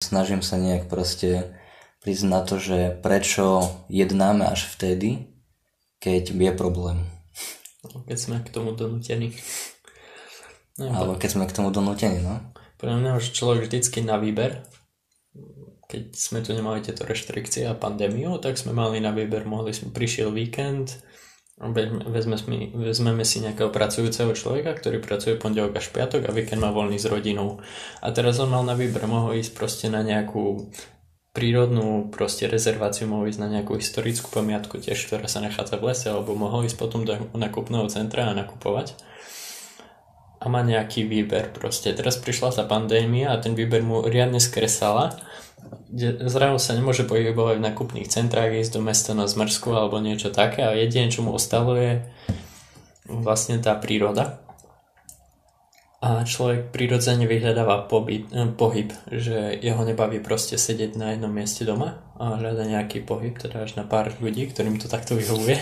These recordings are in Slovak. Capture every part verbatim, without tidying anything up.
snažím sa nejak proste prísť na to, že prečo jednáme až vtedy, keď je problém. Keď sme k tomu donútení. No, Alebo keď sme k tomu donútení, no. Podľa mňa už človek vždycky na výber. Keď sme tu nemali tieto reštrikcie a pandémiu, tak sme mali na výber, mohli sme, prišiel víkend, vezme, vezmeme si nejakého pracujúceho človeka, ktorý pracuje pondelok až piatok a víkend má voľný s rodinou. A teraz on mal na výber, mohol ísť proste na nejakú prírodnú proste rezerváciu, mohol ísť na nejakú historickú pamiatku tiež, ktorá sa nachádza v lese, alebo mohol ísť potom do nakupného centra a nakupovať. A má nejaký výber proste. Teraz prišla tá pandémia a ten výber mu riadne skresala. Zrazu sa nemôže pohybovať v nakupných centrách, ísť do mesta na zmrzku alebo niečo také a jediné, čo mu ostalo je vlastne tá príroda. A človek prirodzene vyhľadáva pobyt, eh, pohyb, že jeho nebaví proste sedieť na jednom mieste doma a hľada nejaký pohyb, teda až na pár ľudí, ktorým to takto vyhovuje.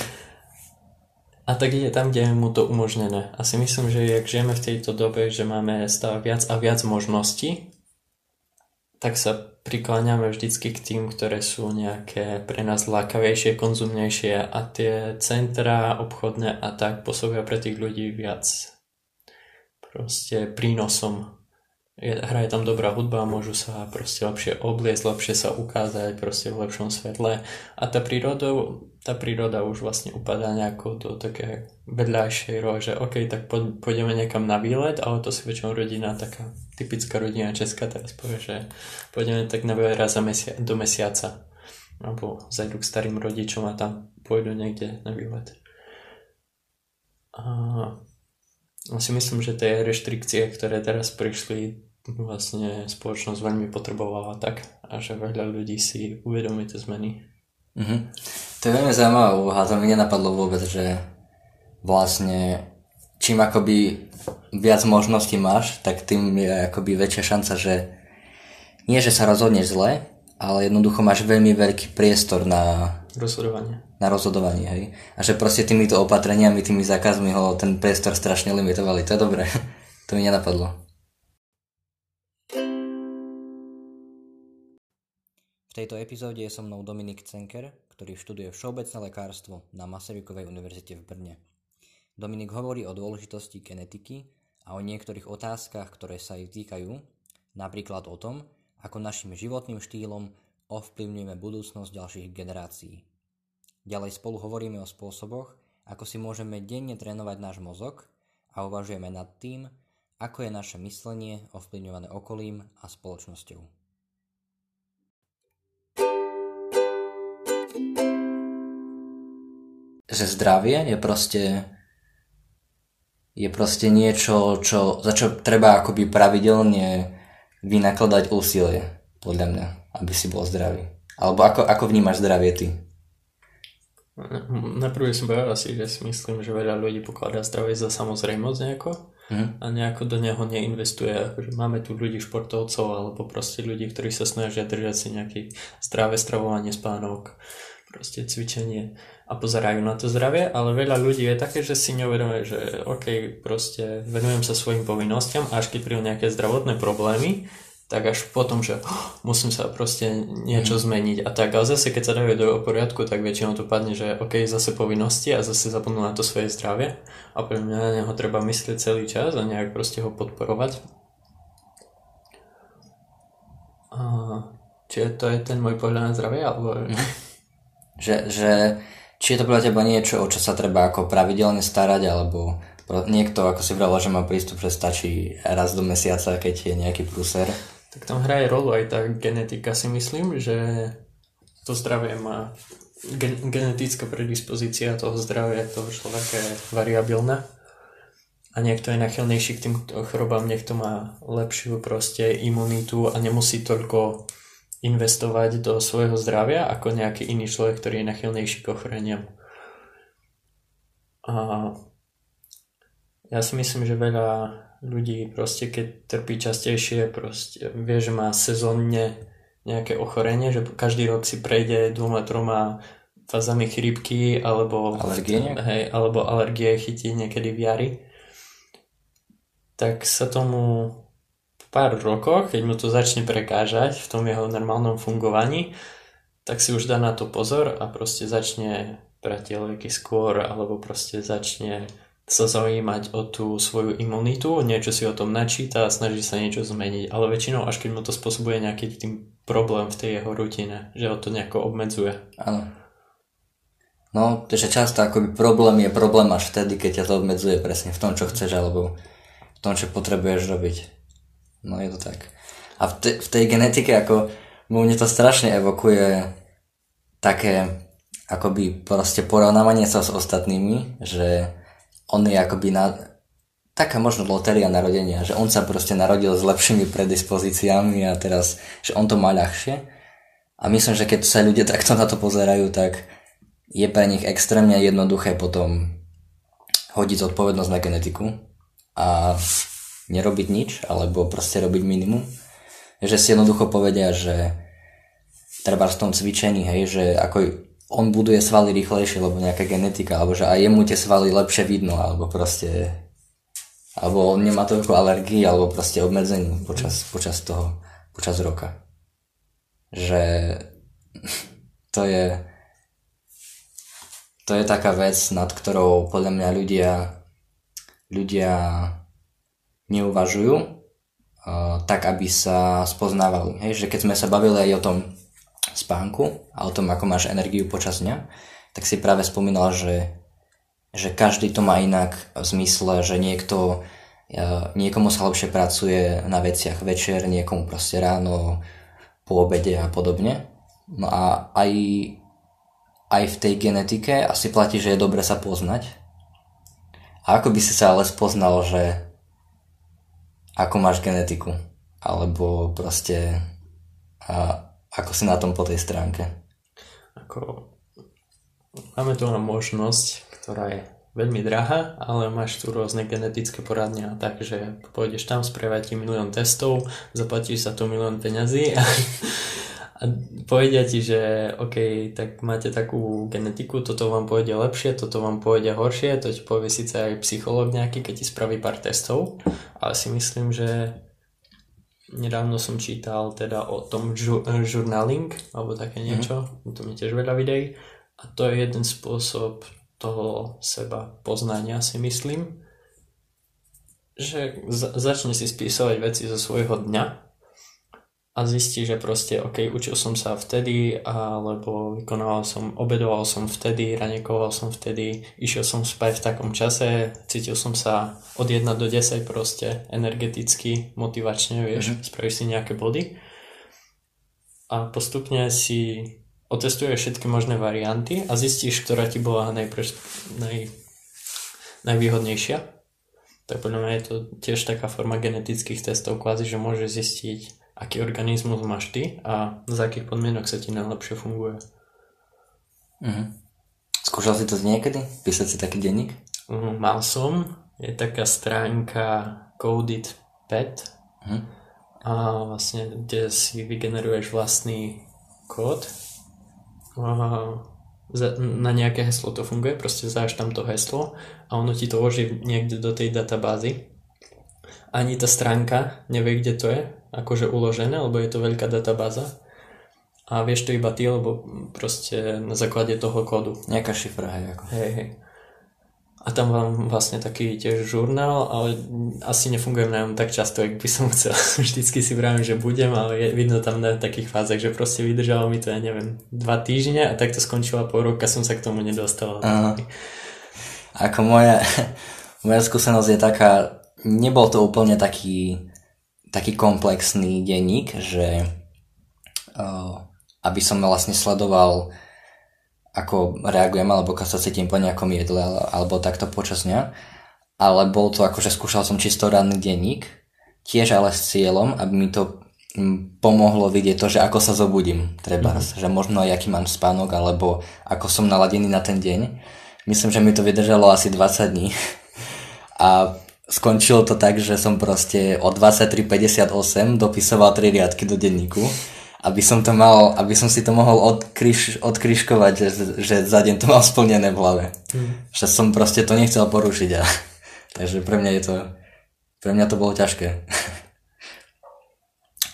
A tak ide tam, kde je mu to umožnené. A si myslím, že ak žijeme v tejto dobe, že máme stále viac a viac možností, tak sa prikláňame vždycky k tým, ktoré sú nejaké pre nás lákavejšie, konzumnejšie a tie centrá obchodné a tak pôsobia pre tých ľudí viac proste prínosom. Je, hraje tam dobrá hudba, môžu sa proste lepšie obliecť, lepšie sa ukázať proste v lepšom svetle a tá príroda, tá príroda už vlastne upadá nejako do také vedľajšej role, že ok, tak pôjdeme niekam na výlet, ale to si väčšinou rodina, taká typická rodina česká teraz povie, že pôjdeme tak na výlet raz za mesia- do mesiaca alebo zajdu k starým rodičom a tam pôjdu niekde na výlet. A ja si myslím, že tie reštrikcie, ktoré teraz prišli, vlastne spoločnosť veľmi potrebovala tak a že veľa ľudí si uvedomí tie zmeny. Mm-hmm. To je veľmi zaujímavá úvaha, to mi nenapadlo vôbec, že vlastne čím akoby viac možností máš, tak tým je akoby väčšia šanca, že nie, že sa rozhodneš zle, ale jednoducho máš veľmi veľký priestor na rozhodovanie. Na rozhodovanie, hej. A že proste týmito opatreniami, tými zákazmi ho ten priestor strašne limitovali. To je dobré. To mi nenapadlo. V tejto epizóde je so mnou Dominik Cenker, ktorý študuje všeobecné lekárstvo na Masarykovej univerzite v Brne. Dominik hovorí o dôležitosti genetiky a o niektorých otázkach, ktoré sa jej týkajú, napríklad o tom, ako našim životným štýlom ovplyvňujeme budúcnosť ďalších generácií. Ďalej spolu hovoríme o spôsoboch, ako si môžeme denne trénovať náš mozog a uvažujeme nad tým, ako je naše myslenie ovplyvňované okolím a spoločnosťou. Že zdravie je proste je proste niečo, čo, za čo treba akoby pravidelne vynakladať úsilie, podľa mňa, aby si bol zdravý. Alebo ako, ako vnímaš zdravie ty? Najprv som povedal asi, že si myslím, že veľa ľudí pokladá zdravie za samozrejmosť nejako mm. a nejako do neho neinvestuje. Máme tu ľudí športovcov alebo proste ľudí, ktorí sa snažia držať si nejaké zdravé stravovanie, spánok, proste cvičenie a pozerajú na to zdravie, ale veľa ľudí je také, že si neuvedomuje, že ok, proste venujem sa svojim povinnostiam a až keď prídu nejaké zdravotné problémy, tak až potom, že oh, musím sa proste niečo mm. zmeniť a tak, ale zase keď sa dajú do poriadku, tak väčšinou to padne, že ok, zase povinnosti a zase zapomnú na to svoje zdravie a pre mňa na neho treba myslieť celý čas a nejak proste ho podporovať. A či to je ten môj pohľad na zdravie, alebo... Mm. že, že či je to podľa teba niečo, o čo sa treba ako pravidelne starať, alebo niekto, ako si vravel, že má prístup, že stačí raz do mesiaca, keď je nejaký prúser. Tak tam hraje rolu aj tá genetika, si myslím, že to zdravie má gen- genetická predispozícia toho zdravia toho človeka je variabilná a niekto je nachylnejší k tým chorobám, niekto má lepšiu proste imunitu a nemusí toľko investovať do svojho zdravia ako nejaký iný človek, ktorý je nachylnejší k ochoreniam. A ja si myslím, že veľa ľudí proste keď trpí častejšie, proste vie, že má sezónne nejaké ochorenie, že každý rok si prejde dvoma, troma fázami chrípky alebo alergie, hej, alebo alergie chytí niekedy v jari, tak sa tomu v pár rokoch, keď mu to začne prekážať v tom jeho normálnom fungovaní, tak si už dá na to pozor a proste začne brať tie lieky skôr, alebo proste začne sa zaujímať o tú svoju imunitu, niečo si o tom načíta a snaží sa niečo zmeniť, ale väčšinou až keď mu to spôsobuje nejaký tým problém v tej jeho rutine, že ho to nejako obmedzuje. Áno. No, že často akoby problém je problém až vtedy, keď ťa to obmedzuje presne v tom, čo chceš, alebo v tom, čo potrebuješ robiť. No, je to tak. A v, te, v tej genetike, ako mne to strašne evokuje také, akoby proste porovnávanie sa s ostatnými, že on je akoby na, taká možno lotéria narodenia, že on sa proste narodil s lepšími predispozíciami a teraz, že on to má ľahšie. A myslím, že keď sa ľudia takto na to pozerajú, tak je pre nich extrémne jednoduché potom hodiť zodpovednosť na genetiku a nerobiť nič, alebo proste robiť minimum. Že si jednoducho povedia, že treba v tom cvičení, hej, že ako on buduje svaly rýchlejšie, lebo nejaká genetika, alebo že aj jemu tie svaly lepšie vidno, alebo proste alebo on nemá toľko alergií, alebo proste obmedzení počas, počas toho, počas roka. Že to je to je taká vec, nad ktorou podľa mňa ľudia ľudia neuvažujú uh, tak, aby sa spoznávali. Hej, že keď sme sa bavili aj o tom spánku a o tom, ako máš energiu počas dňa, tak si práve spomínal, že, že každý to má inak v zmysle, že niekto, niekomu sa lepšie pracuje na veciach večer, niekomu proste ráno, po obede a podobne. No a aj, aj v tej genetike asi platí, že je dobre sa poznať. A ako by si sa ale spoznal, že ako máš genetiku? Alebo proste a ako si na tom po tej stránke? Ako, máme tu na možnosť, ktorá je veľmi drahá, ale máš tu rôzne genetické poradne, takže pôjdeš tam, spravia ti milión testov, zaplatíš za to milión peňazí a, a povedia ti, že OK, tak máte takú genetiku, toto vám pôjde lepšie, toto vám pôjde horšie, to ti povie síce aj psychológ nejaký, keď ti spraví pár testov, ale si myslím, že nedávno som čítal teda o tom žur- journaling, alebo také niečo, mm. to mi tiež veľa videí a to je jeden spôsob toho seba poznania, si myslím, že za- začne si spísovať veci zo svojho dňa a zistí, že proste ok, učil som sa vtedy, alebo vykonával som, obedoval som vtedy, raňakoval som vtedy, išiel som spať v takom čase, cítil som sa od jedna do desať proste energeticky, motivačne, vieš, mm-hmm. spravíš si nejaké body a postupne si otestuješ všetky možné varianty a zistíš, ktorá ti bola najprv, naj, najvýhodnejšia. Tak podľa mňa je to tiež taká forma genetických testov, kvázi, že môžeš zistiť, aký organizmus máš ty a za akých podmienok sa ti najlepšie funguje. Mm-hmm. Skúšal si to niekedy? Písať si taký denník? Uh, mal som. Je taká stránka Coded Pet mm-hmm. a vlastne, kde si vygeneruješ vlastný kód. A za, na nejaké heslo to funguje, proste záš tam to heslo a ono ti to vloží niekde do tej databázy. Ani tá stránka nevie, kde to je, akože uložené, lebo je to veľká databáza a vieš to iba ty, lebo proste na základe toho kódu. Nejaká šifra, hej, ako. Hej, hej. A tam vám vlastne taký tiež žurnál, ale asi nefungujem na ňom tak často, jak by som chcel. Vždycky si vravím, že budem, ale je vidno tam na takých fázach, že proste vydržalo mi to, ja neviem, dva týždne a tak to skončilo a pol roka som sa k tomu nedostal. Aha. Ako moja, moja skúsenosť je taká, nebol to úplne taký, taký komplexný denník, že uh, aby som vlastne sledoval, ako reagujem, alebo ako sa cítim po nejakom jedle, alebo takto počas dňa. Ale bol to akože skúšal som čisto ranný denník, tiež ale s cieľom, aby mi to pomohlo vidieť to, že ako sa zobudím, trebárs, mm-hmm. že možno aj aký mám spánok, alebo ako som naladený na ten deň. Myslím, že mi to vydržalo asi dvadsať dní. A skončilo to tak, že som proste o dvadsaťtri päťdesiatosem dopisoval tri riadky do denníku. Aby som to mal, aby som si to mohol odkryš, odkryškovať, že, že za deň to mal splnené v hlave. Mm. Že som proste to nechcel porušiť. A, takže pre mňa je to, pre mňa to bolo ťažké.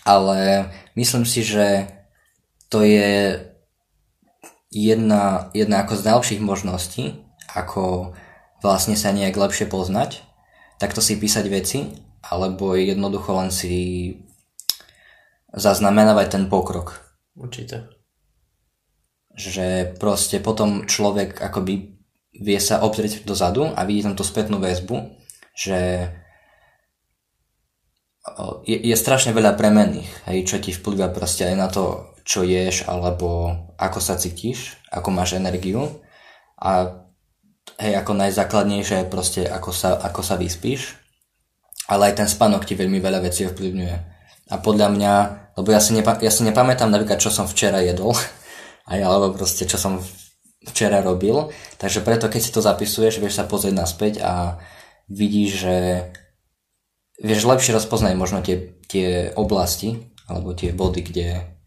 ale myslím si, že to je jedna, jedna ako z najlepších možností, ako vlastne sa nejak lepšie poznať, takto si písať veci, alebo jednoducho len si zaznamenávať ten pokrok. Určite. Že proste potom človek akoby vie sa obzrieť dozadu a vidí tam tú spätnú väzbu, že je, je strašne veľa premenných, hej, čo ti vplýva proste aj na to, čo ješ, alebo ako sa cítiš, ako máš energiu a hej, ako najzákladnejšie je proste, ako sa, ako sa vyspíš, ale aj ten spánok ti veľmi veľa vecí ovplyvňuje. A podľa mňa, lebo ja si, nepa- ja si nepamätám napríklad, čo som včera jedol, aj, alebo proste, čo som včera robil, takže preto, keď si to zapisuješ, vieš sa pozrieť naspäť a vidíš, že vieš lepšie rozpoznať možno tie, tie oblasti, alebo tie body, kde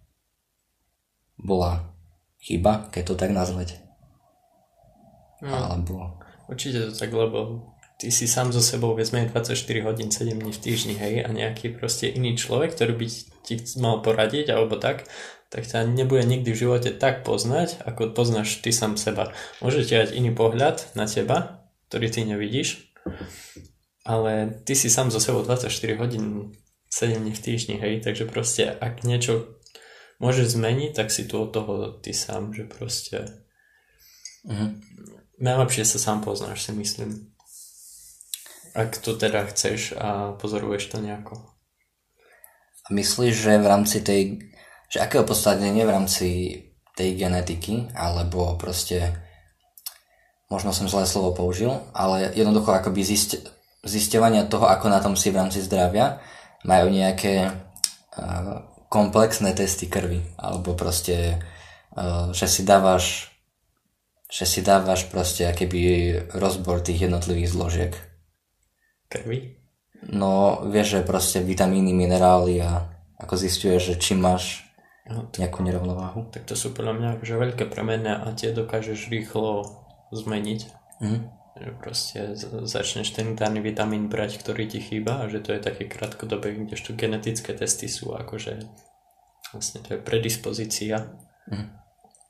bola chyba, keď to tak nazvať. No, alebo... Určite to tak, lebo ty si sám so sebou vezme dvadsaťštyri hodín, sedem dní v týždni, hej, a nejaký proste iný človek, ktorý by ti mal poradiť, alebo tak, tak ťa nebude nikdy v živote tak poznať, ako poznáš ty sám seba. Môžete mať iný pohľad na teba, ktorý ty nevidíš, ale ty si sám so sebou dvadsaťštyri hodín, sedem dní v týždni, hej, takže proste ak niečo môžeš zmeniť, tak si tu od toho ty sám, že proste Mhm. najlepšie sa sám poznáš, si myslím. Ak to teda chceš a pozoruješ to nejako. A myslíš, že v rámci tej, že akého podstatne nie v rámci tej genetiky, alebo proste, možno som zlé slovo použil, ale jednoducho akoby zist, zisťovania toho, ako na tom si v rámci zdravia, majú nejaké uh, komplexné testy krvi, alebo proste, uh, že si dávaš že si dávaš proste akýby rozbor tých jednotlivých zložiek. Krvi? No, vieš, že proste vitamíny, minerály a ako zisťuješ, že či máš No, to, nejakú nerovnováhu. tak to sú podľa mňa akože veľké premenné a tie dokážeš rýchlo zmeniť. Mhm. Že proste z- začneš ten daný vitamín brať, ktorý ti chýba a že to je také krátkodobé, kdežto genetické testy sú akože vlastne to je predispozícia. Mhm.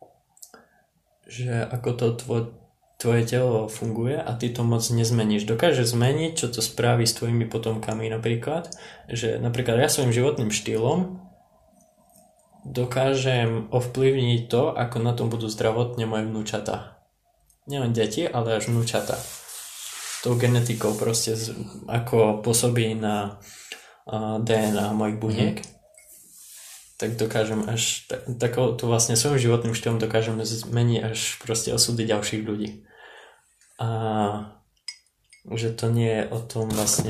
Že ako to tvo, tvoje telo funguje a ty to moc nezmeníš. Dokážeš zmeniť, čo to spraví s tvojimi potomkami napríklad. Že napríklad ja svojim životným štýlom dokážem ovplyvniť to, ako na tom budú zdravotne moje vnúčata. Nielen deti, ale až vnúčata. Tou genetikou proste, z- ako pôsobí na a, dé en á mojich buniek, tak dokážem až, tak, takou, to vlastne svojím životným štýlom dokážem zmeniť až proste osudy ďalších ľudí. A že to nie je o tom vlastne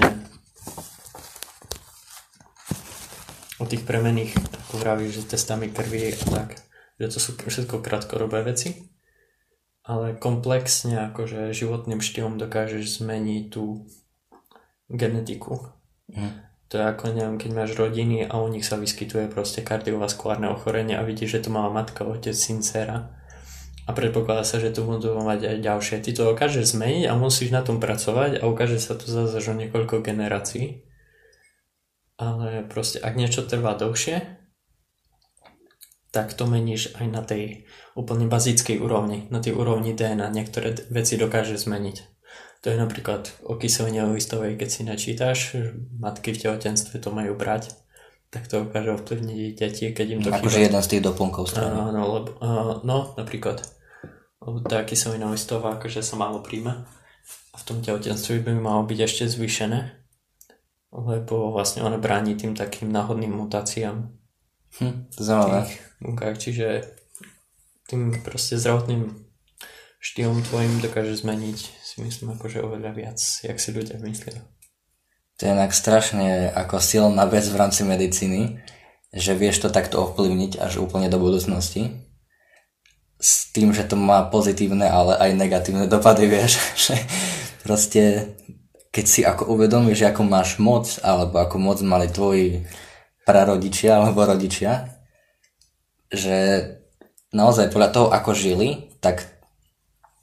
o tých premených, ako vravíš, že testami krvi a tak, že to sú všetko krátkodobé veci, ale komplexne akože životným štýlom dokážeš zmeniť tú genetiku. Mhm. To je ako, neviem, keď máš rodiny a u nich sa vyskytuje proste kardiovaskulárne ochorenie a vidíš, že to mala matka, otec, syn, dcera a predpokladá sa, že to budú mať aj ďalšie. Ty to dokážeš zmeniť a musíš na tom pracovať a ukáže sa to zase o niekoľko generácií. Ale proste, ak niečo trvá dlhšie, tak to meníš aj na tej úplne bazickej úrovni, na tej úrovni dé en á. Niektoré d- veci dokáže zmeniť. To je napríklad o kyseline listovej, keď si načítaš, že matky v tehotenstve to majú brať, tak to dokáže ovplyvniť ich deti, keď im to Akože chýba. jeden z tých doplnkov stravy. Áno, lebo, uh, no, napríklad. Lebo tá kyselina listová akože sa málo príjme a v tom tehotenstve by malo byť ešte zvýšené, lebo vlastne ono bráni tým takým náhodným mutáciám Hm, to je zaujímavé. tých bunkách, čiže tým proste zdravotným štýlom tvojim dokáže zmeniť, si myslím, akože oveľa viac, jak si ľudia myslia. To je inak strašne ako silná vec v rámci medicíny, že vieš to takto ovplyvniť až úplne do budúcnosti. S tým, že to má pozitívne, ale aj negatívne dopady, vieš. Že proste, keď si ako uvedomíš, ako máš moc, alebo ako moc mali tvoji prarodičia alebo rodičia, že naozaj podľa toho, ako žili, tak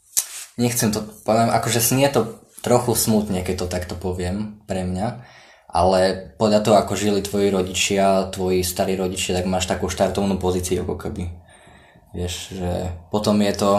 nechcem to, poviem, akože znie to trochu smutne, keď to takto poviem pre mňa, ale podľa toho, ako žili tvoji rodičia, tvoji starí rodičia, tak máš takú štartovnú pozíciu, ako keby. Vieš, že potom je to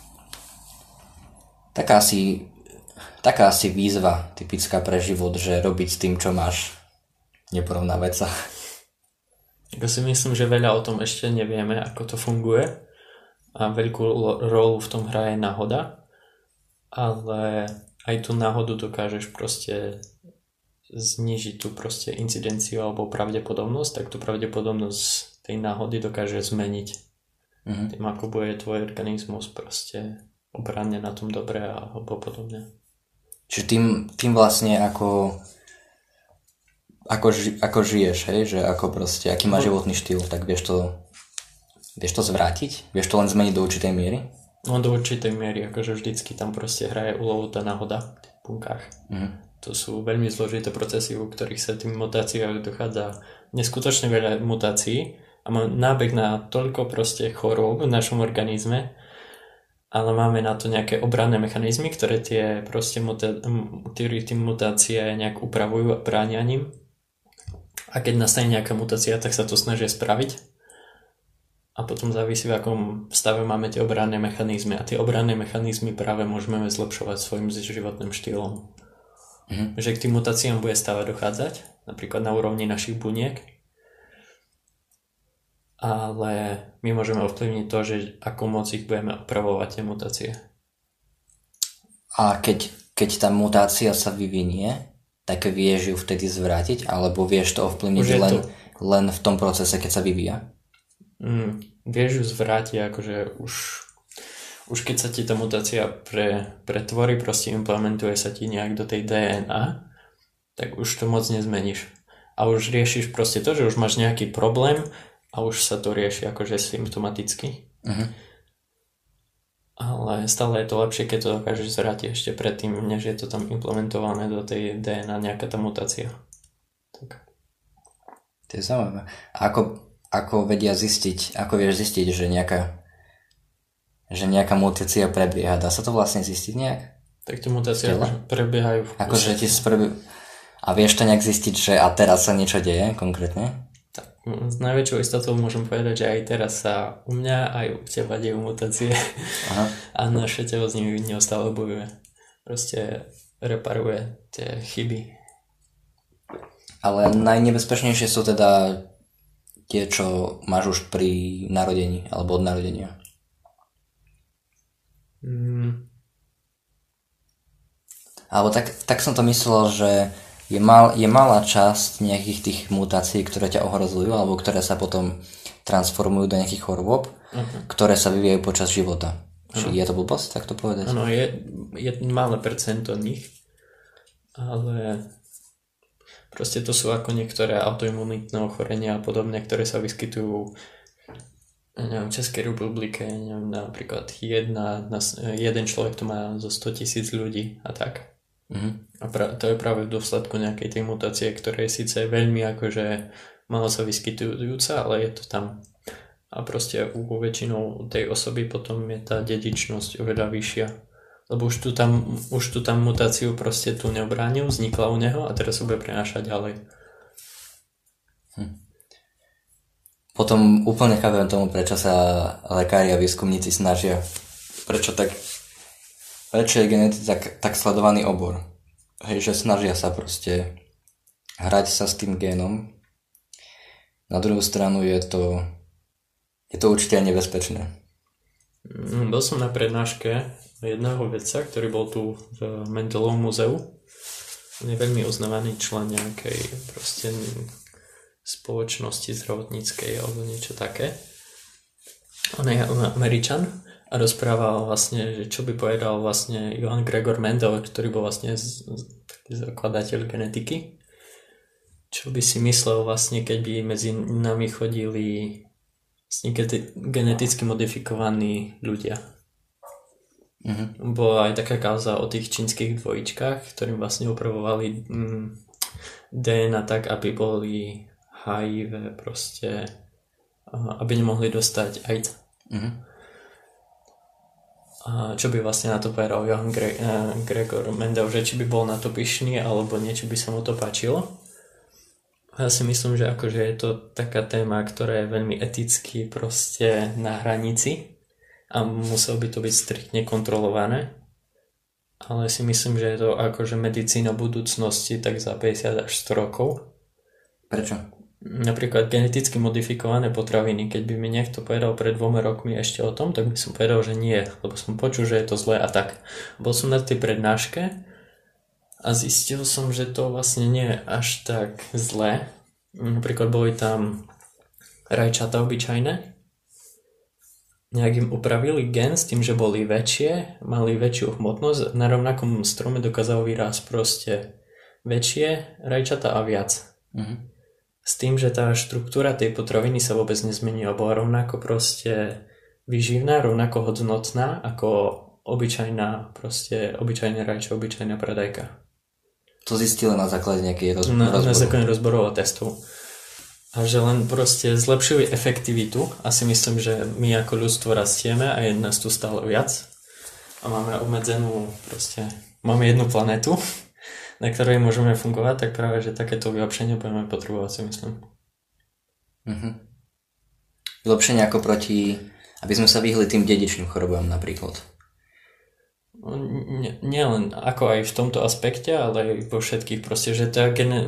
taká asi, taká asi výzva typická pre život, že robiť s tým, čo máš, neporovnávať sa. Ja si myslím, že veľa o tom ešte nevieme, ako to funguje a veľkú rolu v tom hraje náhoda, ale aj tú náhodu dokážeš proste znižiť tú proste incidenciu alebo pravdepodobnosť, tak tú pravdepodobnosť tej náhody dokáže zmeniť. Mm-hmm. Tým ako bude tvoj organizmus proste obranne na tom dobre alebo podobne. Čiže tým, tým vlastne ako ako, ži, ako žiješ, hej? Že ako proste, aký má životný štýl, tak vieš to vieš to zvrátiť? Vieš to len zmeniť do určitej miery? No do určitej miery, akože vždycky tam proste hraje úlohu tá náhoda v tých bunkách. Mm-hmm. To sú veľmi zložité procesy, u ktorých sa tým mutáciách dochádza neskutočne veľa mutácií a máme nábeh na toľko proste chorôb v našom organizme, ale máme na to nejaké obranné mechanizmy, ktoré tie proste muta- ktoré tým mutácie nejak upravujú a bránia ním. A keď nastane nejaká mutácia, tak sa to snažia spraviť. A potom závisí, v akom stave máme tie obranné mechanizmy. A tie obranné mechanizmy práve môžeme zlepšovať svojim životným štýlom. Mm-hmm. Že k tým mutáciám bude stále dochádzať, napríklad na úrovni našich buniek, ale my môžeme ovplyvniť to, že ako moc ich budeme opravovať tie mutácie. A keď, keď tá mutácia sa vyvinie, tak vieš ju vtedy zvrátiť, alebo vieš to ovplyvniť len, to... len v tom procese, keď sa vyvíja? Mm, vieš ju zvrátiť, akože už už keď sa ti tá mutácia pre, pretvorí, proste implementuje sa ti nejak do tej dé en á, tak už to moc nezmeníš. A už riešiš proste to, že už máš nejaký problém a už sa to rieši akože symptomaticky. Uh-huh. Ale stále je to lepšie, keď to dokážeš zvrátiť ešte predtým, než je to tam implementované do tej dé en á nejaká tá mutácia. Tak. To je zaujímavé. A ako, ako vedia zistiť, ako vieš zistiť, že nejaká že nejaká mutácia prebieha. Dá sa to vlastne zistiť nejak? Tak tie mutácie akože prebiehajú v kuse. Akože ti sprebie... A vieš to nejak zistiť, že a teraz sa niečo deje konkrétne? Tak, s najväčšou istotou môžem povedať, že aj teraz sa u mňa aj u teba dejú mutácie. Aha. A naše telo s nimi neustále bojuje. Proste reparuje tie chyby. Ale najnebezpečnejšie sú teda tie, čo máš už pri narodení alebo od narodenia. Mm. Alebo tak, tak som to myslel, že je, mal, je malá časť nejakých tých mutácií, ktoré ťa ohrozujú alebo ktoré sa potom transformujú do nejakých chorôb, uh-huh. ktoré sa vyvíjajú počas života. Uh-huh. Či je to blbosť, tak to povedať? Áno, je, je malé percento nich, ale proste to sú ako niektoré autoimunitné ochorenia a podobne, ktoré sa vyskytujú v Českej republike, neviem, napríklad jedna, jeden človek to má zo sto tisíc ľudí a tak. Mm-hmm. A pra, to je práve v dôsledku nejakej tej mutácie, ktorá je síce veľmi akože malo sa vyskytujúca, ale je to tam. A proste u väčšinou tej osoby potom je tá dedičnosť oveľa vyššia. Lebo už tu tam, už tu tam mutáciu proste tu neobránil, vznikla u neho a teraz sa bude prenášať ďalej. Hm. Potom úplne chápem tomu, prečo sa lekári a výskumníci snažia. Prečo tak prečo je genetika tak, tak sledovaný obor. Hej, že snažia sa proste hrať sa s tým génom. Na druhú stranu je to je to určite aj nebezpečné. Bol som na prednáške jedného vedca, ktorý bol tu v Mendelovom múzeu. On je veľmi uznávaný člen nejakej proste spoločnosti zdravotníckej alebo niečo také. On je Američan a rozprával vlastne, že čo by povedal vlastne Johann Gregor Mendel, ktorý bol vlastne z, z, taký zakladateľ genetiky. Čo by si myslel vlastne, keď by medzi nami chodili vlastne geneticky modifikovaní ľudia. Mm-hmm. Bola aj taká kauza o tých čínskych dvojičkách, ktorým vlastne upravovali mm, dé en á tak, aby boli há í vé proste, aby nemohli dostať AIDS. Mm-hmm. A čo by vlastne na to povedal Johann Gre- Gregor Mendel, že či by bol na to pyšný, alebo niečo by sa mu to páčilo. Ja si myslím, že akože je to taká téma, ktorá je veľmi eticky proste na hranici a muselo by to byť striktne kontrolované. Ale si myslím, že je to akože medicína budúcnosti tak za päťdesiat až sto rokov. Prečo? Napríklad geneticky modifikované potraviny, keď by mi niekto povedal pred dvoma rokmi ešte o tom, tak by som povedal, že nie, lebo som počul, že je to zlé a tak. Bol som na tej prednáške a zistil som, že to vlastne nie je až tak zlé. Napríklad boli tam rajčatá obyčajné, nejak im upravili gen s tým, že boli väčšie, mali väčšiu hmotnosť, na rovnakom strome dokázalo vyrásť proste väčšie rajčatá a viac. Mhm. S tým, že tá štruktúra tej potraviny sa vôbec nezmenila, bola rovnako proste výživná, rovnako hodnotná ako obyčajná, proste obyčajné rajčo, obyčajná predajka. To zistili na základe nejakých roz... na, rozborov. Na základe rozborov a testov. A že len proste zlepšili efektivitu a si myslím, že my ako ľudstvo rastieme a je nás tu stále viac a máme obmedzenú proste, máme jednu planetu, na ktorej môžeme fungovať, tak práve, že takéto vylepšenie budeme potrebovať, si myslím. Mhm. Vylepšenie ako proti, aby sme sa vyhli tým dedičným chorobám napríklad. Nie, nie len ako aj v tomto aspekte, ale aj vo všetkých proste, že tá gene,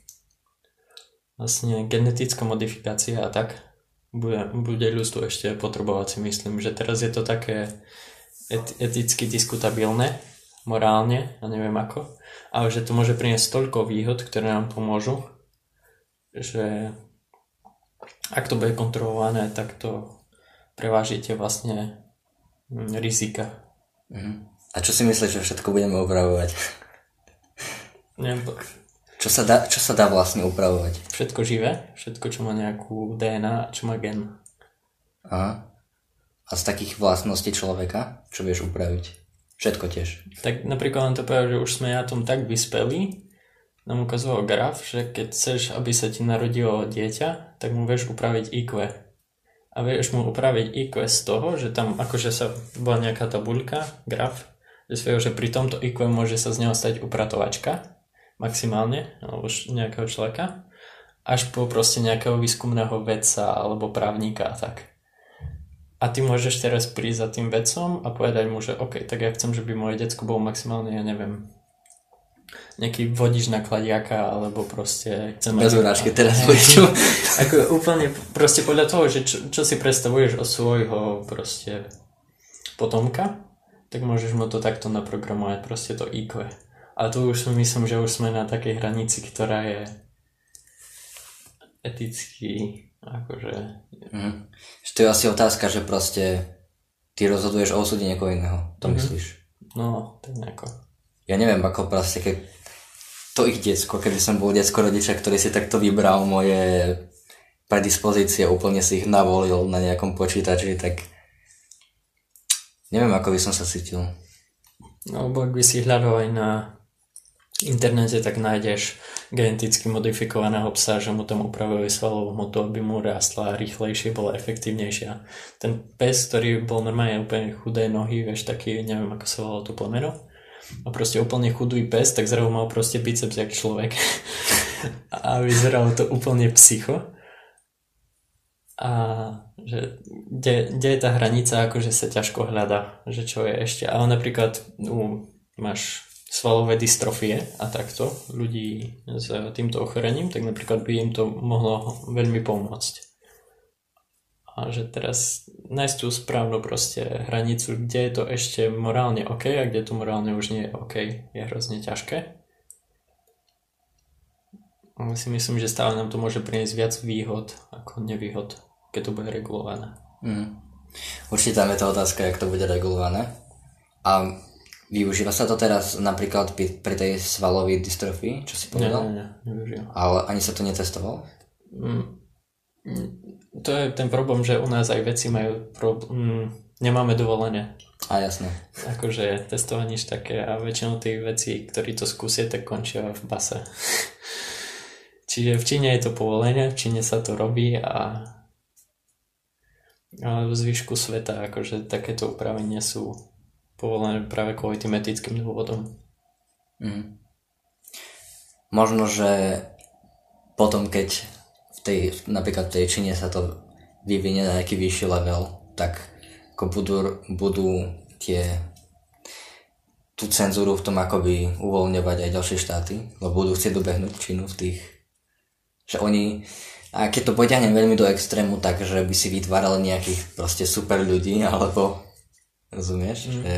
vlastne genetická modifikácia a tak bude, bude ľudstvo ešte potrebovať, si myslím, že teraz je to také et, eticky diskutabilné, morálne, a neviem ako, ale že to môže priniesť toľko výhod, ktoré nám pomôžu, že ak to bude kontrolované, tak to prevážite vlastne rizika. Mhm. A čo si myslíš, že všetko budeme upravovať? Neviem, Čo sa dá, čo sa dá vlastne upravovať? všetko živé, všetko, čo má nejakú dé en á, čo má gen. Aha. A z takých vlastností človeka, čo vieš upraviť? Všetko tiež. Tak napríklad len to povedal, že už sme na tom tak vyspeli, nám ukazoval graf, že keď chceš, aby sa ti narodilo dieťa, tak mu vieš upraviť í kvé. A vieš mu upraviť í kvé z toho, že tam akože sa bola nejaká tabuľka, graf, že si vedel, že pri tomto í kvé môže sa z neho stať upratovačka, maximálne, alebo nejakého človeka, až po proste nejakého výskumného vedca alebo právnika a tak. A ty môžeš teraz prísť za tým vedcom a povedať mu, že OK, tak ja chcem, že by moje decko bolo maximálne, ja neviem, nejaký vodič na kladiaka, alebo proste... Bez urážky teraz počuť. Ako úplne proste podľa toho, že čo, čo si predstavuješ o svojho proste potomka, tak môžeš mu to takto naprogramovať, proste to í kvé. A tu už myslím, že už sme na takej hranici, ktorá je eticky, akože... Mhm. To je asi otázka, že proste ty rozhoduješ o osude niekoho iného, to mm-hmm. myslíš? No, tak nejako. Ja neviem, ako proste, keď to ich decko, keby som bol decko rodiča, ktorý si takto vybral moje predispozície, úplne si ich navolil na nejakom počítači, tak neviem, ako by som sa cítil. No, ak by si hľadal aj na internete, tak nájdeš geneticky modifikovaného psa, že mu tam upravili svalovú hmotu, aby mu rástla rýchlejšie, bola efektívnejšia. Ten pes, ktorý bol normálne úplne chudé nohy, vieš, taký, neviem, ako sa volalo to pomeno, a proste úplne chudý pes, tak zrazu mal proste biceps jak človek. A vyzeralo to úplne psycho. A že kde, kde je tá hranica, akože sa ťažko hľada, že čo je ešte. Ale napríklad um, máš svalové dystrofie a takto ľudí s týmto ochorením, tak napríklad by im to mohlo veľmi pomôcť. A že teraz nájsť tú správnu proste hranicu, kde je to ešte morálne OK a kde to morálne už nie je OK, je hrozne ťažké. Ale si myslím, že stále nám to môže priniesť viac výhod ako nevýhod, keď to bude regulované. Mm. Určite tam je tá otázka, jak to bude regulované. A využíva sa to teraz napríklad pri tej svalovej dystrofii, čo si povedal? Nie, nie, nie, nevyužíva. Ale ani sa to netestovalo? Mm. To je ten problém, že u nás aj veci majú pro... mm, nemáme dovolené. A jasné. Akože testovanie také a väčšinou tých vecí, ktorí to skúsia, tak končia v base. Čiže v Číne je to povolené, v Číne sa to robí a, a v zvyšku sveta akože takéto úpravy nie sú povolené práve kvôli tým etickým dôvodom. Mm. Možno, že potom keď v tej, napríklad v tej Číne sa to vyvinie na nejaký vyšší level, tak ako budú, budú tie tú cenzúru v tom akoby uvoľňovať aj ďalšie štáty, lebo budú chcieť dobehnúť Čínu v tých, že oni, a keď to potiahnem veľmi do extrému, tak že by si vytvárali nejakých proste super ľudí, alebo rozumieš, mm. že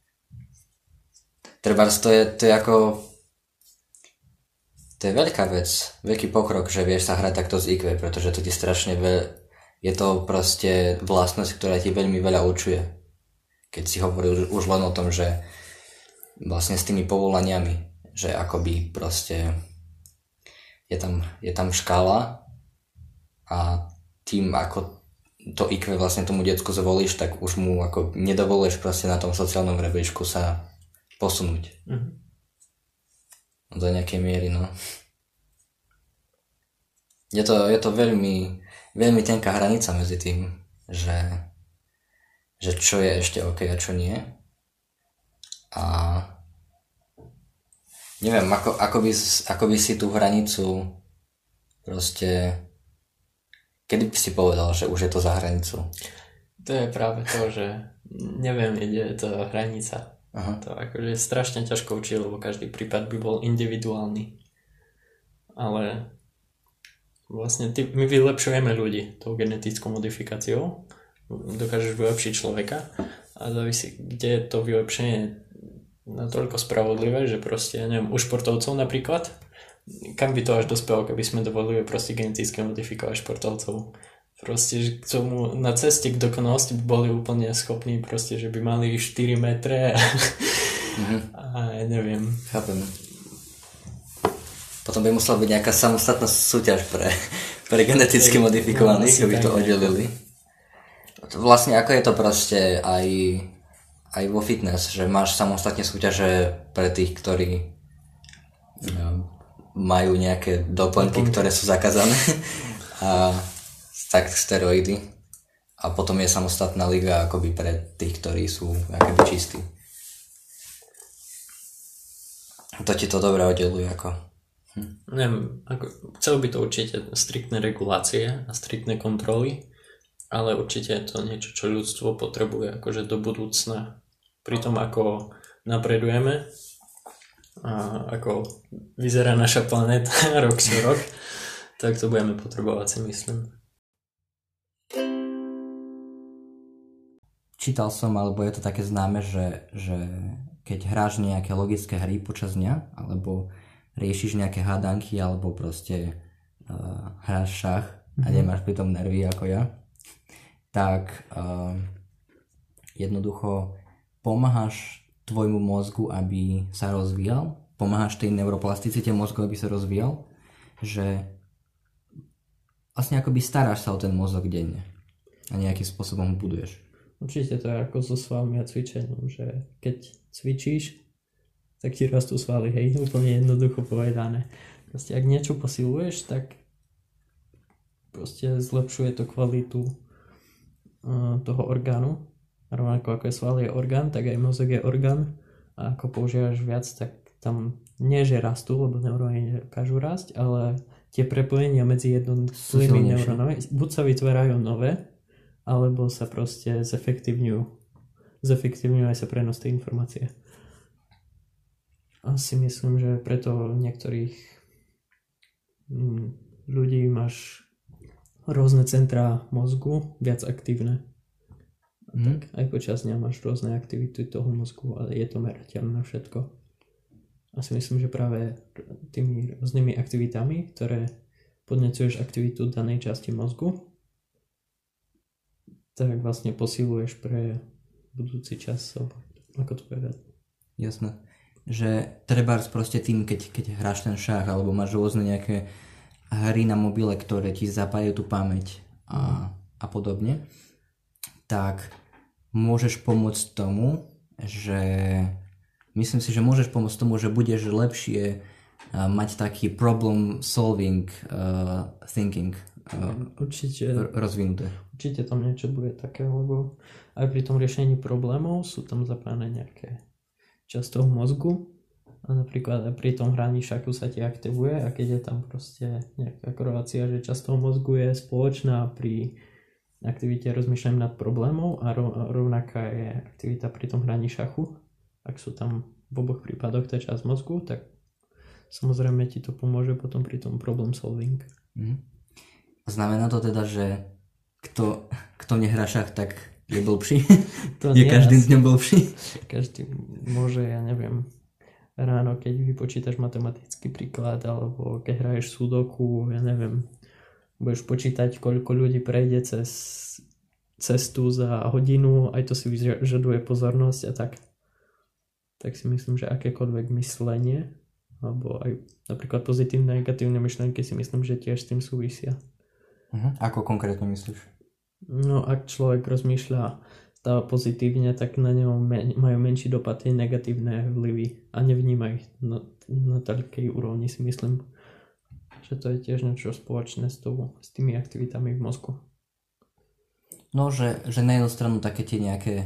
trebárs to je, to je ako to je veľká vec, veľký pokrok, že vieš sa hrať takto z í kvé, pretože to ti strašne veľ, je to proste vlastnosť, ktorá ti veľmi veľa určuje. Keď si hovoril už len o tom, že vlastne s tými povolaniami, že akoby proste je tam, je tam škála a tým ako to í kvé vlastne tomu decku zvolíš, tak už mu ako nedovolíš proste na tom sociálnom rebríčku sa posunúť. Mm-hmm. Do nejakej miery, no. Je to, je to veľmi, veľmi tenká hranica medzi tým, že, že čo je ešte OK a čo nie. A neviem, ako, ako, by, ako by si tú hranicu proste, kedy by si povedal, že už je to za hranicou? To je práve to, že neviem, kde je to hranica. Aha. To akože je strašne ťažko učiť, lebo každý prípad by bol individuálny. Ale vlastne ty, my vylepšujeme ľudí tou genetickou modifikáciou. Dokážeš vylepšiť človeka a závisí, kde je to vylepšenie natoľko spravodlivé, že proste, ja neviem, u športovcov napríklad, kam by to až dospelo, keby sme dovolili proste geneticky modifikovať športovcov. Proste, že k tomu na ceste k dokonalosti by boli úplne schopní proste, že by mali štyri metre a, mm-hmm. a ja neviem. Chápem. Potom by musela byť nejaká samostatná súťaž pre, pre geneticky modifikovaných, aby to oddelili. Vlastne ako je to proste aj aj vo fitness, že máš samostatne súťaže pre tých, ktorí no, majú nejaké doplnky, ktoré sú zakázané a tak steroidy a potom je samostatná liga akoby pre tých, ktorí sú akoby čistí. To ti to dobre oddeluje ako. Hm. Neviem, ako, chcel by to určite striktné regulácie a striktné kontroly, ale určite je to niečo, čo ľudstvo potrebuje akože do budúcna. Pri tom, ako napredujeme a ako vyzerá naša planéta rok čo rok, tak to budeme potrebovať, si myslím. Čítal som, alebo je to také známe, že, že keď hráš nejaké logické hry počas dňa, alebo riešiš nejaké hádanky, alebo proste uh, hráš šach mm-hmm. a nemáš pri tom nervy ako ja, tak uh, jednoducho pomáhaš tvojmu mozgu, aby sa rozvíjal, pomáhaš tej neuroplasticite mozgu, aby sa rozvíjal, že vlastne akoby staráš sa o ten mozog denne a nejakým spôsobom ho buduješ. Určite to je ako so svalmi a cvičením, že keď cvičíš, tak ti rastú svaly, hej, úplne jednoducho povedané. Proste ak niečo posiluješ, tak proste zlepšuje to kvalitu uh, toho orgánu. Rovnako ako je sval je orgán, tak aj mozog je orgán a ako používaš viac, tak tam nie že rastú, lebo neuróny dokážu rásť, ale tie prepojenia medzi jednotlivými neurónami buď sa vytvárajú nové, alebo sa proste zefektívňujú. Zefektívňujú aj sa prenos tej informácie. Asi myslím, že preto niektorých ľudí máš rôzne centrá mozgu viac aktívne. Mm. Tak aj počas dňa máš rôzne aktivity toho mozgu a je to merateľné všetko. A si myslím, že práve tými rôznymi aktivitami, ktoré podnecuješ aktivitu danej časti mozgu, tak vlastne posiluješ pre budúci čas, ako to povedať. Jasné. Že trebárs proste tým, keď, keď hráš ten šach, alebo máš rôzne nejaké hry na mobile, ktoré ti zapájajú tú pamäť a, a podobne, tak môžeš pomôcť tomu, že myslím si, že môžeš pomôcť tomu, že budeš lepšie uh, mať taký problem solving uh, thinking uh, určite, r- rozvinuté. Určite tam niečo bude také, lebo aj pri tom riešení problémov sú tam zapájane nejaké časť toho mozgu A napríklad pri tom hraní šachu sa ti aktivuje a keď je tam proste nejaká korelácia, že časť toho mozgu je spoločná pri aktivite rozmýšľaním nad problémov a rovnaká je aktivita pri tom hraní šachu. Ak sú tam v oboch prípadoch tá časť mozgu, tak samozrejme ti to pomôže potom pri tom problem solving. Mm. Znamená to teda, že kto, kto nehrá šach, tak je blbší? To je každým dňom blbší? Každý môže, ja neviem, ráno, keď vypočítaš matematický príklad, alebo keď hraješ sudoku, ja neviem, budeš počítať, koľko ľudí prejde cez cestu za hodinu, aj to si vyžaduje pozornosť a tak. Tak si myslím, že akékoľvek myslenie, alebo aj napríklad pozitívne a negatívne myšlienky si myslím, že tiež s tým súvisia. Uh-huh. Ako konkrétne myslíš? No, ak človek rozmýšľa stále pozitívne, tak na neho men- majú menší dopad tie negatívne vplyvy a nevníma ich na, na takej úrovni, si myslím, že to je tiež niečo spoločné s, tou, s tými aktivitami v mozgu. No, že, že na jednu stranu také tie nejaké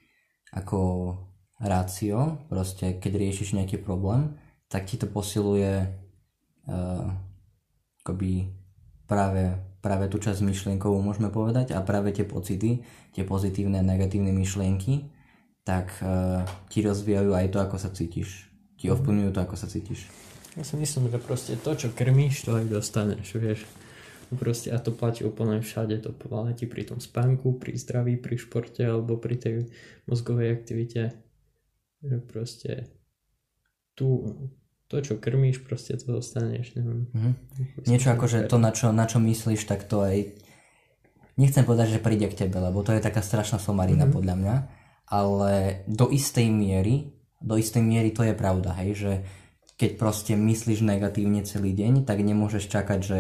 ako rácio, proste keď riešiš nejaký problém, tak ti to posiluje uh, akoby práve práve tú časť myšlienkovú môžeme povedať a práve tie pocity, tie pozitívne a negatívne myšlienky, tak uh, ti rozvíjajú aj to, ako sa cítiš. Ti ovplyvňujú to, ako sa cítiš. Ja si myslím, že proste to, čo krmíš, to aj dostaneš, vieš. Proste, a to platí úplne všade, to platí pri tom spánku, pri zdraví, pri športe alebo pri tej mozgovej aktivite. Že proste tu... To, čo krmíš, proste to dostaneš, neviem. Mm-hmm. Niečo ako, že to, na čo, na čo myslíš, tak to aj... Nechcem povedať, že príde k tebe, lebo to je taká strašná somarina mm-hmm. podľa mňa, ale do istej miery, do istej miery to je pravda, hej, že keď proste myslíš negatívne celý deň, tak nemôžeš čakať, že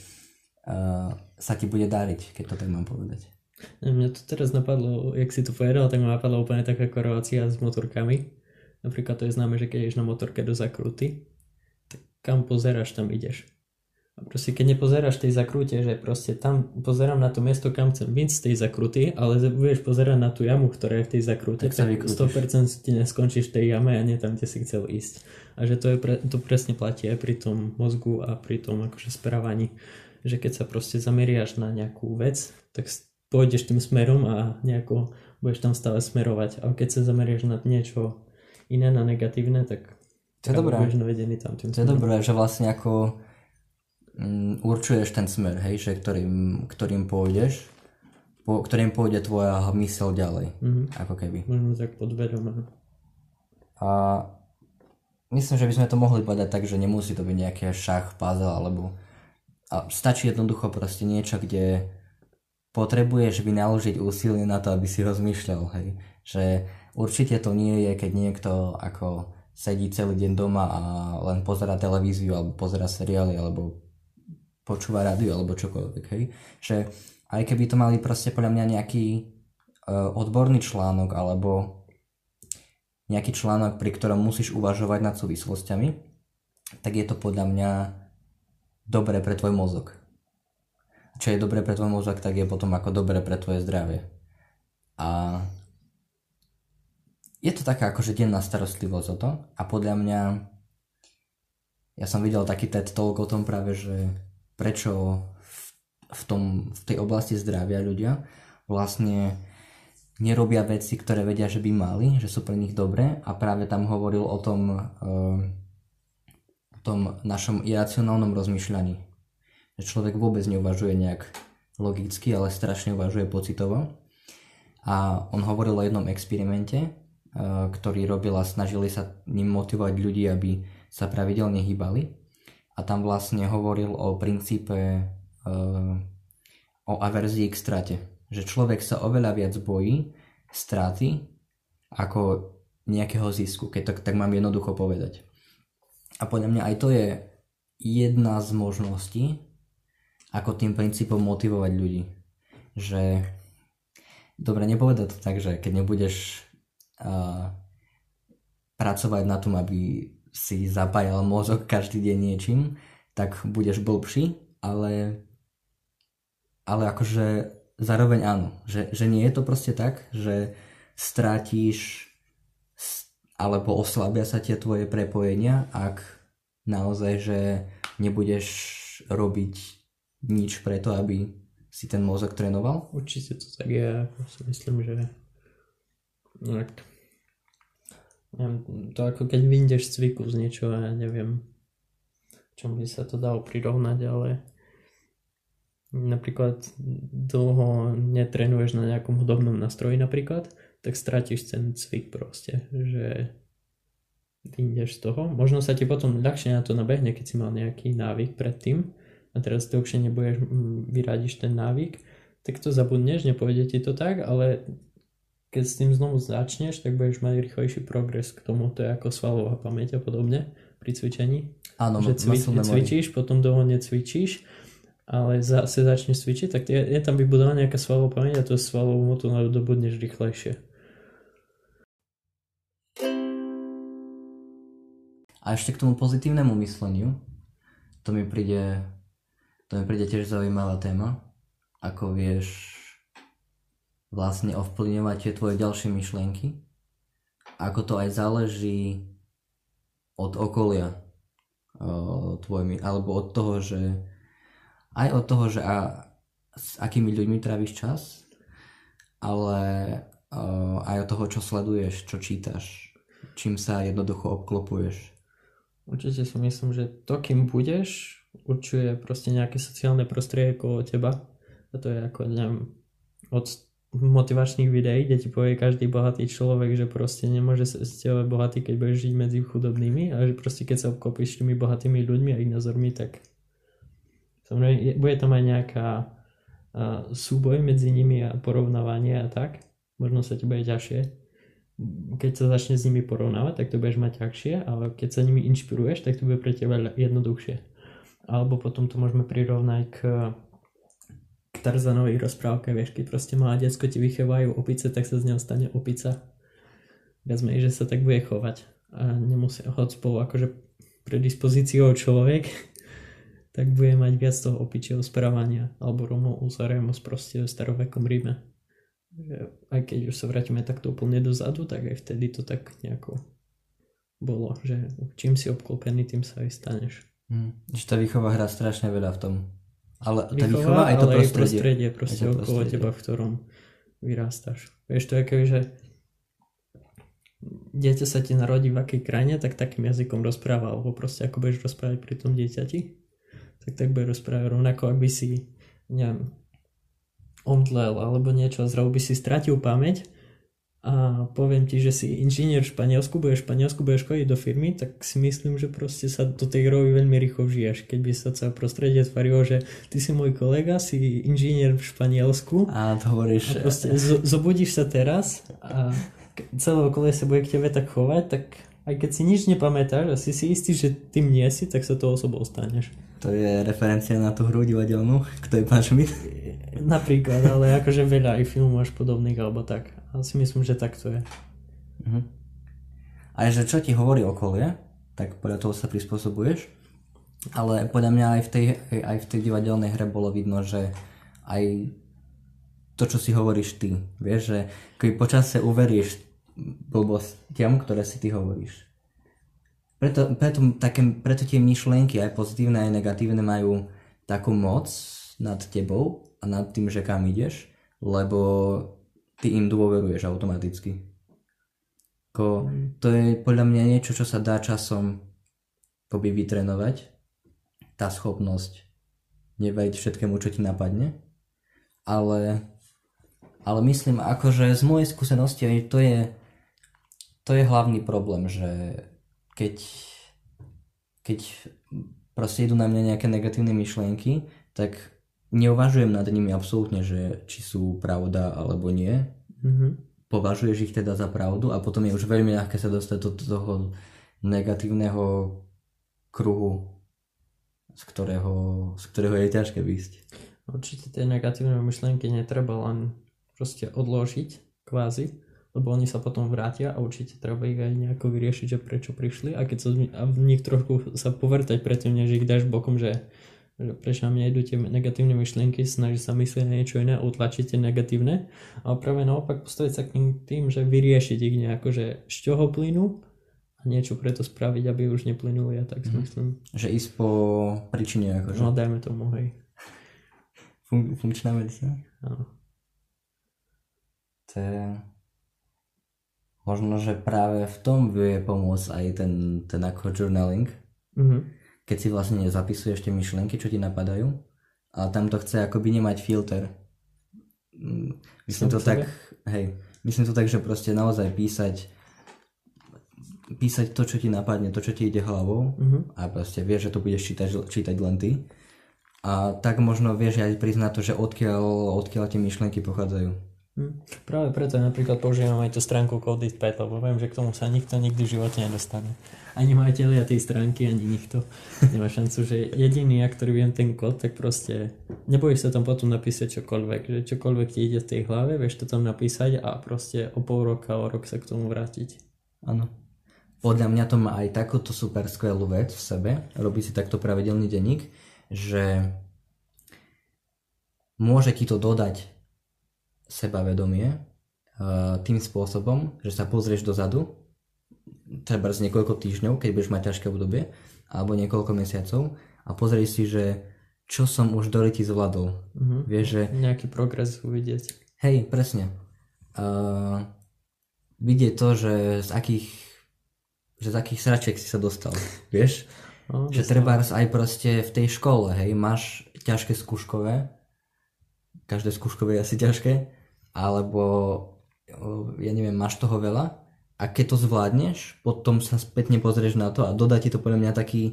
uh, sa ti bude dariť, keď to tak mám povedať. Mňa to teraz napadlo, jak si to povedal, tak ma napadla úplne taká korelácia s motorkami. Napríklad to je známe, že keď ideš na motorke do zakruty, tak kam pozeráš, tam ideš. A proste keď nepozeráš tej zakrute, že proste tam pozerám na to miesto, kam chcem ísť z tej zakruty, ale budeš pozerať na tú jamu, ktorá je v tej zakrute, tak, tak sto percent ti neskončíš v tej jame a nie tam, kde si chcel ísť. A že to, je pre, to presne platí aj pri tom mozgu a pri tom akože správaní. Že keď sa proste zameriaš na nejakú vec, tak pôjdeš tým smerom a nejako budeš tam stále smerovať. A keď sa zameriaš na niečo iné, na negatívne, tak to je dobré. Budeš navedený tam tým to je dobré, že vlastne ako um, určuješ ten smer, hej, že ktorým, ktorým pôjdeš, po, ktorým pôjde tvoja myseľ ďalej, mm-hmm. ako keby. Možno tak podvedome. A myslím, že by sme to mohli povedať tak, že nemusí to byť nejaký šach, puzzle, alebo a stačí jednoducho proste niečo, kde potrebuješ vynaložiť úsilie na to, aby si rozmýšľal, hej, že určite to nie je, keď niekto ako sedí celý deň doma a len pozerá televíziu alebo pozerá seriály alebo počúva rádio alebo čokoľvek, hej. Že aj keby to mali proste podľa mňa nejaký uh, odborný článok alebo nejaký článok, pri ktorom musíš uvažovať nad súvislostiami, tak je to podľa mňa dobré pre tvoj mozog. Čo je dobré pre tvoj mozog, tak je potom ako dobré pre tvoje zdravie. A je to taká akože denná starostlivosť o to a podľa mňa ja som videl taký TED Talk o tom práve, že prečo v, v, tom, v tej oblasti zdravia ľudia vlastne nerobia veci, ktoré vedia, že by mali, že sú pre nich dobré a práve tam hovoril o tom, uh, o tom našom iracionálnom rozmýšľaní. Že človek vôbec neuvažuje nejak logicky, ale strašne uvažuje pocitovo. A on hovoril o jednom experimente, ktorý robil a snažili sa ním motivovať ľudí, aby sa pravidelne hýbali. A tam vlastne hovoril o princípe uh, o averzii k strate. Že človek sa oveľa viac bojí straty ako nejakého zisku, keď to tak mám jednoducho povedať. A podľa mňa aj to je jedna z možností, ako tým princípom motivovať ľudí. Že dobre, nepovedať to tak, že keď nebudeš a pracovať na tom, aby si zapájal mozog každý deň niečím, tak budeš blbší, ale ale akože zároveň áno, že, že nie je to proste tak, že strátiš alebo oslabia sa tie tvoje prepojenia, ak naozaj, že nebudeš robiť nič preto, aby si ten mozog trénoval? Určite to tak je. Ja si myslím, že tak, neviem, to ako keď vyjdeš z cviku z niečoho, ja neviem, čom by sa to dalo prirovnať, ale napríklad dlho netrenuješ na nejakom hudobnom nástroji napríklad, tak stratíš ten cvik proste, že vyjdeš z toho. Možno sa ti potom ľahšie na to nabehne, keď si mal nejaký návyk predtým a teraz dlhšie nebudeš, vyradiš ten návyk, tak to zabudneš, nepôjde ti to tak, ale keď s tým znovu začneš, tak budeš mať rýchlejší progres k tomu, to je ako svalová pamäť a podobne pri cvičení. Áno, že cvi- cvičíš, potom dlho necvičíš, ale zase začneš cvičiť, tak je, je tam vybudovaná nejaká svalová pamäť a to svalovú motu nadobudneš rýchlejšie. A ešte k tomu pozitívnemu mysleniu, to mi príde, to mi príde tiež zaujímavá téma, ako vieš vlastne ovplyvňovať tie tvoje ďalšie myšlienky, ako to aj záleží od okolia tvojimi, alebo od toho, že aj od toho, že a, s akými ľuďmi tráviš čas, ale uh, aj od toho, čo sleduješ, čo čítaš, čím sa jednoducho obklopuješ. Určite si myslím, že to, kým budeš, určuje proste nejaké sociálne prostredie okolo teba. A to je ako, neviem, od motivačných videí, kde ti povie každý bohatý človek, že proste nemôže sa z teba bohatý, keď budeš žiť medzi chudobnými, a že proste keď sa obklopíš tými bohatými ľuďmi a ich názormi, tak samozrejme bude tam aj nejaká uh, súboj medzi nimi a porovnávanie a tak. Možno sa ti bude ťažšie. Keď sa začne s nimi porovnávať, tak to budeš mať ťažšie, ale keď sa nimi inšpiruješ, tak to bude pre teba jednoduchšie. Alebo potom to môžeme prirovnať k k Tarzanovej rozprávke, vieš, keď proste malé decko ti vychovajú opice, tak sa z neho stane opica. Viac menej, že sa tak bude chovať a nemusí hoď spolu akože predispozíciou človek, tak bude mať viac toho opičieho správania, alebo Romulus a Remus proste v starovekom Ríme. Aj keď už sa vrátime takto úplne dozadu, tak aj vtedy to tak nejako bolo, že čím si obklopený, tým sa aj staneš. Hmm. Že tá výchova hrá strašne veľa v tom. Ale tá výchova, výchova aj to ale prostredie. prostredie proste to okolo prostredie. teba, v ktorom vyrastáš. Vieš, to je keby, že dieťa sa ti narodí v akej krajine, tak takým jazykom rozpráva, alebo proste ako budeš rozprávať pri tom dieťati, tak tak bude rozprávať rovnako, ak by si, neviem, omdlel alebo niečo, zrazu by si stratil pamäť a poviem ti, že si inžinier v Španielsku, budeš v Španielsku, budeš chodiť do firmy, tak si myslím, že proste sa do tej rovi veľmi rýchlo vžiješ. Keď by sa celé prostredie tvarilo, že ty si môj kolega, si inžinier v Španielsku a to hovoríš, a proste z- zobudíš sa teraz a celé okolie sa bude k tebe tak chovať, tak aj keď si nič nepamätáš a si si istý, že tým nie si, tak sa toho osobou staneš. To je referencia na tú hru divadelnú, kto je pán Schmidt? Napríklad, ale akože veľa aj filmov až podobných alebo tak. A si myslím, že tak to je. Uh-huh. A že čo ti hovorí okolie, tak podľa toho sa prispôsobuješ. Ale podľa mňa aj v tej, aj v tej divadelnej hre bolo vidno, že aj to, čo si hovoríš ty, vieš, že keď počasie uveríš blbostiam, ktoré si ty hovoríš. Preto, preto, také, preto tie myšlienky, aj pozitívne, aj negatívne, majú takú moc nad tebou a nad tým, že kam ideš, lebo ty im dôveruješ automaticky. Ko, to je podľa mňa niečo, čo sa dá časom poby vytrénovať. Tá schopnosť neveriť všetkému, čo ti napadne. Ale, ale myslím, akože z mojej skúsenosti to je, to je hlavný problém, že keď, keď proste idú na mňa nejaké negatívne myšlienky, tak neuvažujem nad nimi absolútne, že či sú pravda alebo nie. Mm-hmm. Považuješ ich teda za pravdu a potom je už veľmi ľahké sa dostať do toho negatívneho kruhu, z ktorého, z ktorého je ťažké výjsť. Určite tie negatívne myšlienky netreba len proste odložiť kvázi, lebo oni sa potom vrátia a určite treba ich aj nejako vyriešiť, že prečo prišli a keď sa a v nich trošku sa povrtať predtým, než ich dáš bokom, že, že prečo na mňa idú tie negatívne myšlienky, snaží sa myslieť na niečo iné a utlačiť tie negatívne, ale práve naopak postaviť sa k ním tým, že vyriešiť ich nejako, že z čoho plynú a niečo preto spraviť, aby už neplynuli a tak si Mhm. myslím. Že ísť po príčine, akože. No dajme tomu, hej. Fun- funkčná medicína. Áno. To je... Možno, že práve v tom vie pomôcť aj ten, ten ako journaling, Mhm. keď si vlastne zapisuješ tie myšlienky, čo ti napadajú, ale tam to chce akoby nemať filter. Mm, Myslím Sám to v sebe? tak, hej, myslím to tak, že proste naozaj písať písať to, čo ti napadne, to, čo ti ide hlavou Mhm. a proste vieš, že to budeš čítať, čítať len ty. A tak možno vieš aj priznať to, že odkiaľ, odkiaľ tie myšlienky pochádzajú. Hm. Práve preto napríklad používam aj tú stránku CodeItPad, lebo viem, že k tomu sa nikto nikdy v živote nedostane. Ani majiteľia tej stránky, ani nikto. Nemá šancu, že jediný, ja, ktorý viem ten kód, tak proste nebojíš sa tam potom napísať čokoľvek. Že čokoľvek ti ide v tej hlave, vieš to tam napísať a proste o pol roka, o rok sa k tomu vrátiť. Áno. Podľa mňa to má aj takúto super skvelú vec v sebe, robí si takto pravidelný denník, že môže ti to dodať sebavedomie uh, tým spôsobom, že sa pozrieš dozadu, treba z niekoľko týždňov, keď budeš mať ťažké obdobie, alebo niekoľko mesiacov a pozrieš si, že čo som už do ryti zvládol. Mhm. Vieš, že Nejaký progres uvidieť. hej, presne. Uh, vidieť to, že z akých že z akých sračiek si sa dostal, vieš? No, Že trebárs aj proste v tej škole, hej, máš ťažké skúškové, každé skúškové je asi ťažké, alebo o, ja neviem, máš toho veľa a keď to zvládneš, potom sa spätne pozrieš na to a dodá ti to podľa mňa taký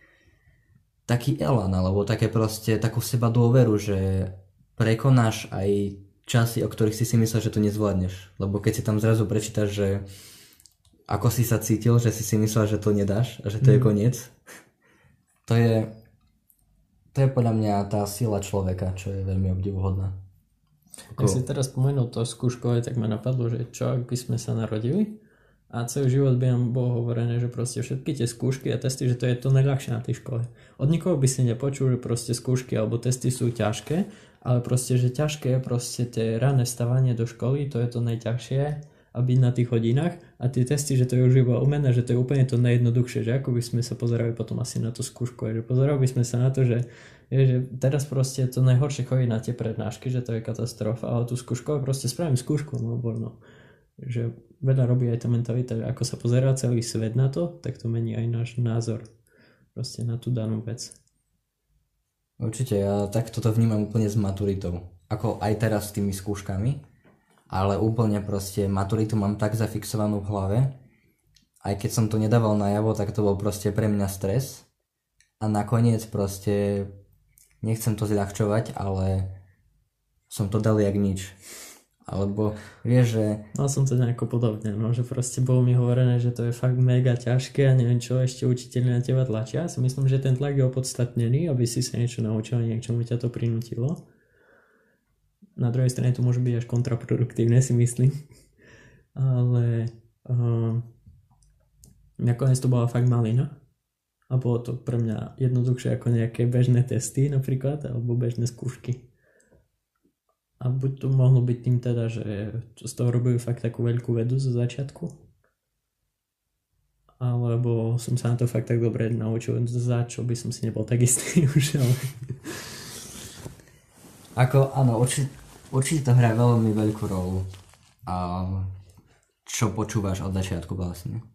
taký elan, alebo také proste takú seba dôveru, že prekonáš aj časy, o ktorých si si myslel, že to nezvládneš. Lebo keď si tam zrazu prečítaš, že ako si sa cítil, že si si myslel, že to nedáš a že to mm. je koniec, to je to je podľa mňa tá sila človeka, čo je veľmi obdivuhodná. Ak si teraz spomenul to skúškové, tak ma napadlo, že čo ak by sme sa narodili a celý život by nám bolo hovorené, že proste všetky tie skúšky a testy, že to je to najľahšie na tej škole. Od nikoho by si nepočul, že proste skúšky alebo testy sú ťažké, ale proste, že ťažké proste tie ranné stavanie do školy, to je to najťažšie a byť na tých hodinách a tie testy, že to je už iba umené, že to je úplne to najjednoduchšie, že ako by sme sa pozerali potom asi na to skúškové, že pozerali by sme sa na to, že, je, že teraz proste to najhoršie chodí na tie prednášky, že to je katastrofa, ale tú skúškové proste spravím skúšku, no no, že veľa robí aj tá mentalita, že ako sa pozerá celý svet na to, tak to mení aj náš názor proste na tú danú vec. Určite, ja takto to vnímam úplne s maturitou, ako aj teraz s tými skúškami. Ale úplne proste maturitu mám tak zafixovanú v hlave, aj keď som to nedával najavo, tak to bol proste pre mňa stres. A nakoniec proste, nechcem to zľahčovať, ale som to dal jak nič. Alebo vieš, že... Mal som to nejako podobne, no, že proste bolo mi hovorené, že to je fakt mega ťažké a neviem čo, ešte učiteľi na teba tlačia. Ja si myslím, že ten tlak je opodstatnený, aby si sa niečo naučil a niečomu ťa to prinútilo. Na druhej strane to môže byť až kontraproduktívne, si myslím. Ale uh, nakoniec to bola fakt malina. A bolo to pre mňa jednoduchšie ako nejaké bežné testy napríklad, alebo bežné skúšky. A buď to mohlo byť tým teda, že z toho robili fakt takú veľkú vedu zo začiatku. Alebo som sa na to fakt tak dobre naučil, za čo by som si nebol tak istý už, ale... Ako, áno, určite, určite to hrá veľmi veľkú rolu. A čo počúvaš od začiatku vlastne.